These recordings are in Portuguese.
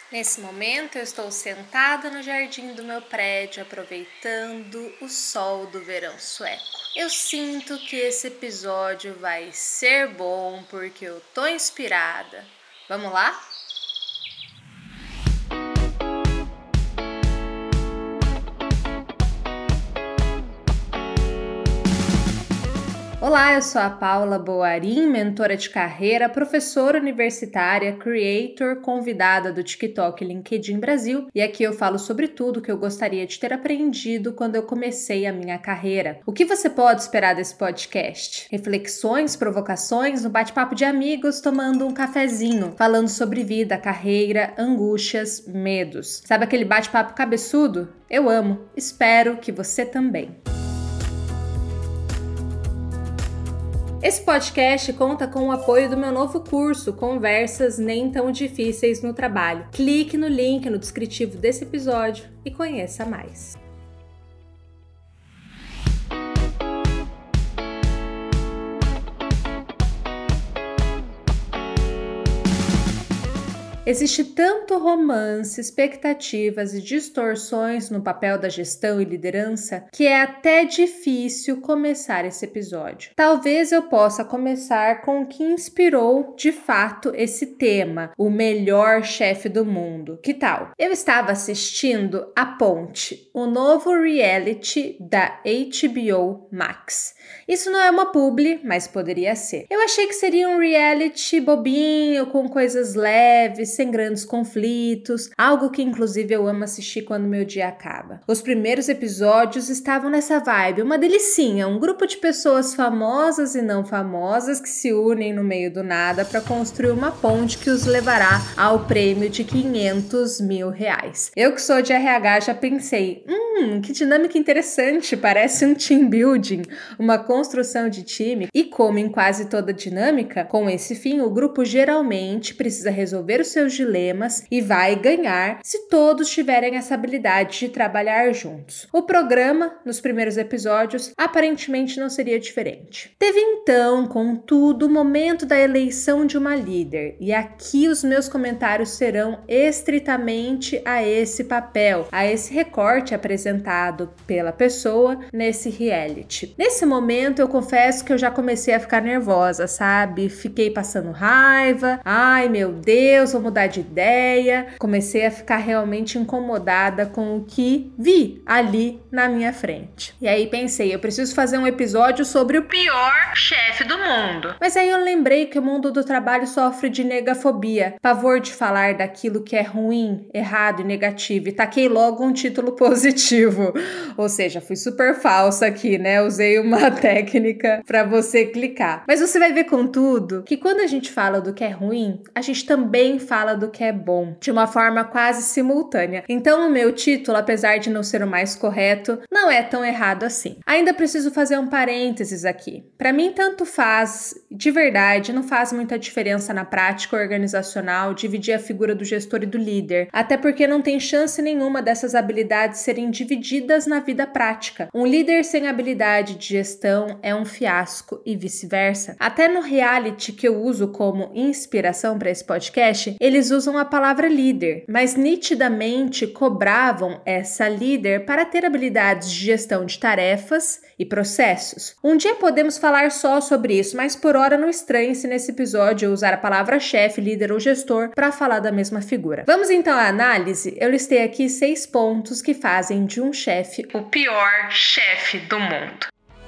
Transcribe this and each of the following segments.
Nesse momento eu estou sentada no jardim do meu prédio, aproveitando o sol do verão sueco. Eu sinto que esse episódio vai ser bom porque eu tô inspirada. Vamos lá? Olá, eu sou a Paula Boarim, mentora de carreira, professora universitária, creator, convidada do TikTok e LinkedIn Brasil, e aqui eu falo sobre tudo que eu gostaria de ter aprendido quando eu comecei a minha carreira. O que você pode esperar desse podcast? Reflexões, provocações, um bate-papo de amigos tomando um cafezinho, falando sobre vida, carreira, angústias, medos. Sabe aquele bate-papo cabeçudo? Eu amo, espero que você também. Esse podcast conta com o apoio do meu novo curso, Conversas Nem Tão Difíceis no Trabalho. Clique no link no descritivo desse episódio e conheça mais. Existe tanto romance, expectativas e distorções no papel da gestão e liderança que é até difícil começar esse episódio. Talvez eu possa começar com o que inspirou de fato esse tema, o melhor chefe do mundo. Que tal? Eu estava assistindo A Ponte, o novo reality da HBO Max. Isso não é uma publi, mas poderia ser. Eu achei que seria um reality bobinho, com coisas leves, sem grandes conflitos, algo que inclusive eu amo assistir quando meu dia acaba. Os primeiros episódios estavam nessa vibe, uma delicinha, um grupo de pessoas famosas e não famosas que se unem no meio do nada para construir uma ponte que os levará ao prêmio de R$500 mil. Eu que sou de RH já pensei, que dinâmica interessante, parece um team building, uma construção de time, e como em quase toda dinâmica, com esse fim o grupo geralmente precisa resolver os seus dilemas e vai ganhar se todos tiverem essa habilidade de trabalhar juntos. O programa, nos primeiros episódios, aparentemente não seria diferente. Teve então, contudo, o momento da eleição de uma líder, e aqui os meus comentários serão estritamente a esse papel, a esse recorte apresentado pela pessoa nesse reality. Nesse momento, eu confesso que eu já comecei a ficar nervosa, sabe? Fiquei passando raiva, ai meu Deus, vou mudar de ideia. Comecei a ficar realmente incomodada com o que vi ali na minha frente. E aí pensei, eu preciso fazer um episódio sobre o pior chefe do mundo. Mas aí eu lembrei que o mundo do trabalho sofre de negafobia, pavor de falar daquilo que é ruim, errado e negativo, e taquei logo um título positivo. Ou seja, fui super falsa aqui, né? Usei uma técnica para você clicar. Mas você vai ver, contudo, que quando a gente fala do que é ruim, a gente também fala do que é bom, de uma forma quase simultânea. Então, o meu título, apesar de não ser o mais correto, não é tão errado assim. Ainda preciso fazer um parênteses aqui. Para mim, tanto faz, de verdade, não faz muita diferença na prática organizacional dividir a figura do gestor e do líder, até porque não tem chance nenhuma dessas habilidades serem divididas na vida prática. Um líder sem habilidade de gestão é um fiasco e vice-versa. Até no reality que eu uso como inspiração para esse podcast, eles usam a palavra líder, mas nitidamente cobravam essa líder para ter habilidades de gestão de tarefas e processos. Um dia podemos falar só sobre isso, mas por hora não estranhe se nesse episódio eu usar a palavra chefe, líder ou gestor para falar da mesma figura. Vamos então à análise? Eu listei aqui 6 pontos que fazem de um chefe o pior chefe do mundo.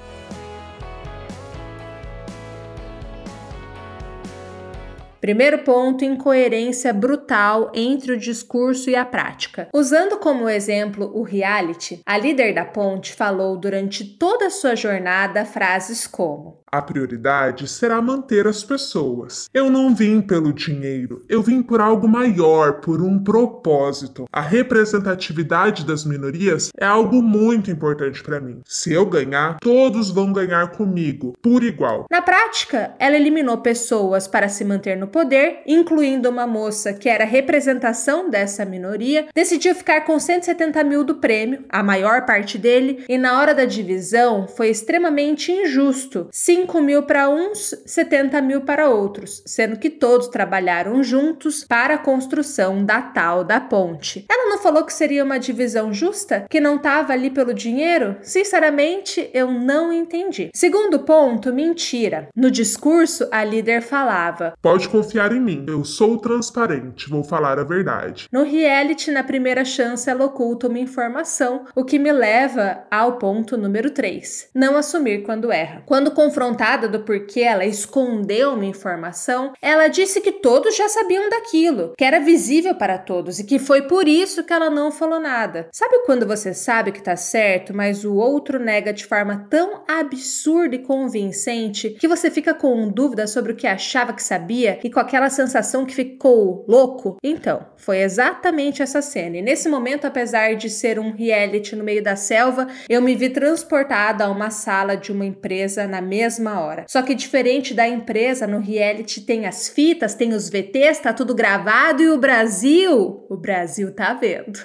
Primeiro ponto, incoerência brutal entre o discurso e a prática. Usando como exemplo o reality, a líder da ponte falou durante toda a sua jornada frases como: a prioridade será manter as pessoas. Eu não vim pelo dinheiro, eu vim por algo maior, por um propósito. A representatividade das minorias é algo muito importante para mim. Se eu ganhar, todos vão ganhar comigo, por igual. Na prática, ela eliminou pessoas para se manter no poder, incluindo uma moça que era a representação dessa minoria, decidiu ficar com 170 mil do prêmio, a maior parte dele, e na hora da divisão foi extremamente injusto. Sim, 5 mil para uns, 70 mil para outros, sendo que todos trabalharam juntos para a construção da tal da ponte. Ela não falou que seria uma divisão justa? Que não estava ali pelo dinheiro? Sinceramente, eu não entendi. Segundo ponto, mentira. No discurso, a líder falava: pode confiar em mim, eu sou transparente, vou falar a verdade. No reality, na primeira chance, ela oculta uma informação, o que me leva ao ponto número 3. Não assumir quando erra. Quando confrontada do porquê ela escondeu uma informação, ela disse que todos já sabiam daquilo, que era visível para todos e que foi por isso que ela não falou nada. Sabe quando você sabe que tá certo, mas o outro nega de forma tão absurda e convincente que você fica com dúvida sobre o que achava que sabia e com aquela sensação que ficou louco? Então, foi exatamente essa cena. E nesse momento, apesar de ser um reality no meio da selva, eu me vi transportada a uma sala de uma empresa na mesma hora. Só que diferente da empresa, no reality tem as fitas, tem os VTs, tá tudo gravado e o Brasil tá vendo.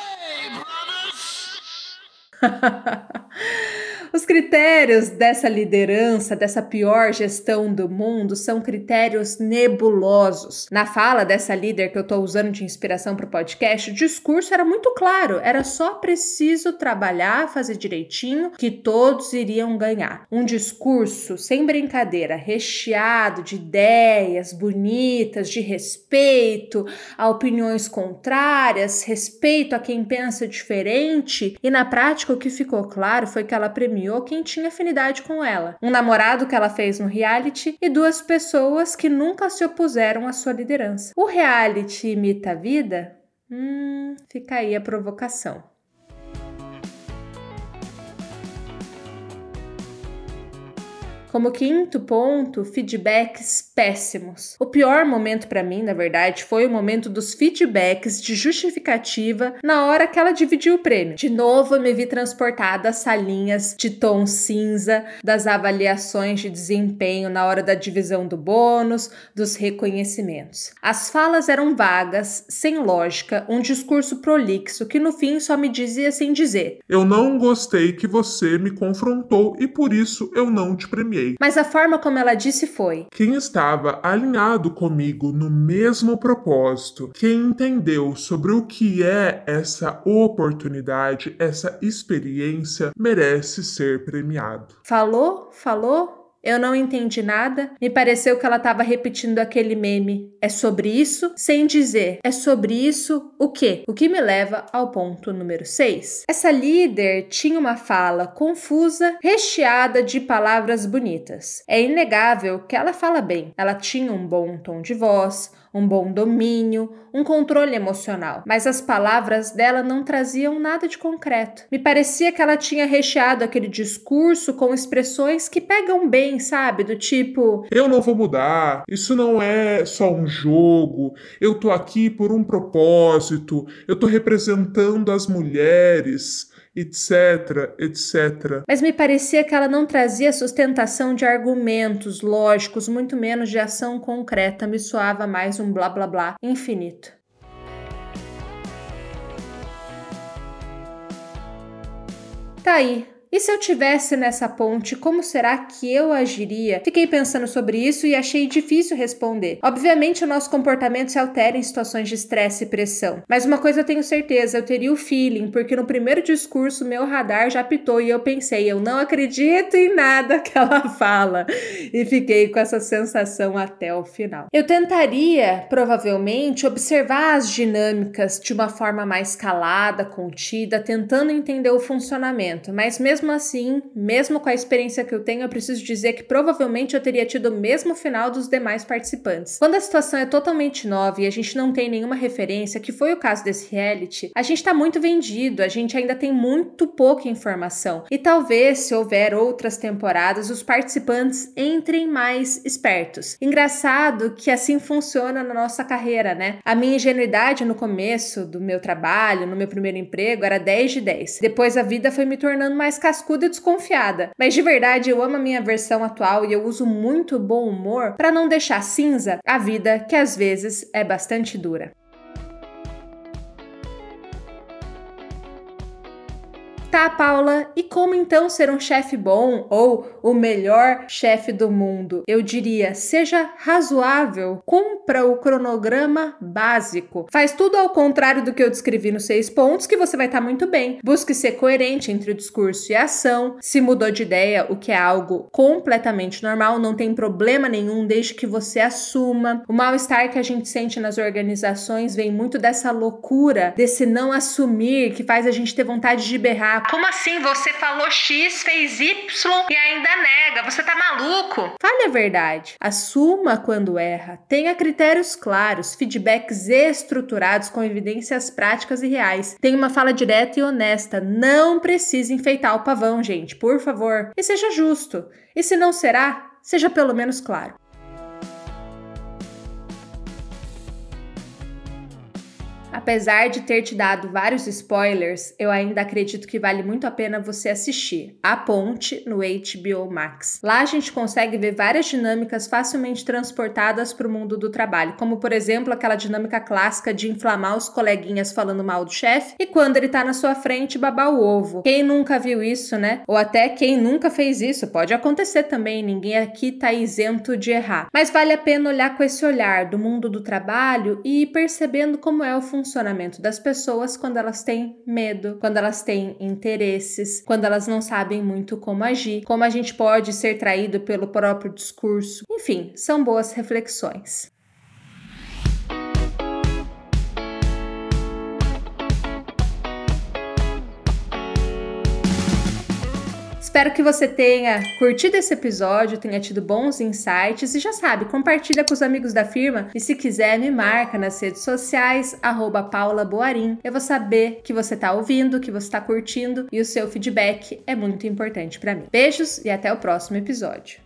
Os critérios dessa liderança, dessa pior gestão do mundo, são critérios nebulosos. Na fala dessa líder que eu estou usando de inspiração para o podcast, o discurso era muito claro, era só preciso trabalhar, fazer direitinho, que todos iriam ganhar. Um discurso, sem brincadeira, recheado de ideias bonitas, de respeito a opiniões contrárias, respeito a quem pensa diferente, e na prática o que ficou claro foi que ela premiou quem tinha afinidade com ela. Um namorado que ela fez no reality e 2 pessoas que nunca se opuseram à sua liderança. O reality imita a vida? Fica aí a provocação. Como quinto ponto, feedbacks péssimos. O pior momento para mim, na verdade, foi o momento dos feedbacks de justificativa na hora que ela dividiu o prêmio. De novo, eu me vi transportada às salinhas de tom cinza, das avaliações de desempenho na hora da divisão do bônus, dos reconhecimentos. As falas eram vagas, sem lógica, um discurso prolixo que no fim só me dizia sem dizer: eu não gostei que você me confrontou e por isso eu não te premiei. Mas a forma como ela disse foi: quem estava alinhado comigo no mesmo propósito, quem entendeu sobre o que é essa oportunidade, essa experiência, merece ser premiado. Falou? Eu não entendi nada. Me pareceu que ela estava repetindo aquele meme. É sobre isso? Sem dizer. É sobre isso o quê? O que me leva ao ponto número 6. Essa líder tinha uma fala confusa, recheada de palavras bonitas. É inegável que ela fala bem. Ela tinha um bom tom de voz, um bom domínio, um controle emocional. Mas as palavras dela não traziam nada de concreto. Me parecia que ela tinha recheado aquele discurso com expressões que pegam bem, sabe? Do tipo: eu não vou mudar, isso não é só um jogo, eu tô aqui por um propósito, eu tô representando as mulheres, etc, etc. Mas me parecia que ela não trazia sustentação de argumentos lógicos, muito menos de ação concreta. Me soava mais um blá blá blá infinito. Tá aí. E se eu tivesse nessa ponte, como será que eu agiria? Fiquei pensando sobre isso e achei difícil responder. Obviamente, o nosso comportamento se altera em situações de estresse e pressão. Mas uma coisa eu tenho certeza, eu teria o feeling, porque no primeiro discurso meu radar já apitou e eu pensei: eu não acredito em nada que ela fala. E fiquei com essa sensação até o final. Eu tentaria, provavelmente, observar as dinâmicas de uma forma mais calada, contida, tentando entender o funcionamento, mas mesmo assim, mesmo com a experiência que eu tenho, eu preciso dizer que provavelmente eu teria tido o mesmo final dos demais participantes. Quando a situação é totalmente nova e a gente não tem nenhuma referência, que foi o caso desse reality, a gente tá muito vendido, a gente ainda tem muito pouca informação. E talvez, se houver outras temporadas, os participantes entrem mais espertos. Engraçado que assim funciona na nossa carreira, né? A minha ingenuidade no começo do meu trabalho, no meu primeiro emprego, era 10 de 10. Depois a vida foi me tornando mais cascuda e desconfiada. Mas de verdade, eu amo a minha versão atual e eu uso muito bom humor para não deixar cinza a vida, que às vezes é bastante dura. Tá, Paula, e como então ser um chefe bom ou o melhor chefe do mundo? Eu diria, seja razoável, cumpra o cronograma básico. Faz tudo ao contrário do que eu descrevi nos 6 pontos que você vai estar muito bem. Busque ser coerente entre o discurso e a ação. Se mudou de ideia, o que é algo completamente normal, não tem problema nenhum desde que você assuma. O mal-estar que a gente sente nas organizações vem muito dessa loucura, desse não assumir, que faz a gente ter vontade de berrar. Como assim? Você falou X, fez Y e ainda nega? Você tá maluco? Fale a verdade. Assuma quando erra. Tenha critérios claros, feedbacks estruturados com evidências práticas e reais. Tenha uma fala direta e honesta. Não precisa enfeitar o pavão, gente, por favor. E seja justo. E se não será, seja pelo menos claro. Apesar de ter te dado vários spoilers, eu ainda acredito que vale muito a pena você assistir A Ponte no HBO Max. Lá a gente consegue ver várias dinâmicas facilmente transportadas para o mundo do trabalho, como por exemplo aquela dinâmica clássica de inflamar os coleguinhas falando mal do chefe e quando ele tá na sua frente babar o ovo. Quem nunca viu isso, né? Ou até quem nunca fez isso, pode acontecer também, ninguém aqui tá isento de errar. Mas vale a pena olhar com esse olhar do mundo do trabalho e ir percebendo como é o funcionamento das pessoas quando elas têm medo, quando elas têm interesses, quando elas não sabem muito como agir, como a gente pode ser traído pelo próprio discurso. Enfim, são boas reflexões. Espero que você tenha curtido esse episódio, tenha tido bons insights e já sabe, compartilha com os amigos da firma e se quiser me marca nas redes sociais, @paulaboarim. Eu vou saber que você tá ouvindo, que você tá curtindo e o seu feedback é muito importante para mim. Beijos e até o próximo episódio.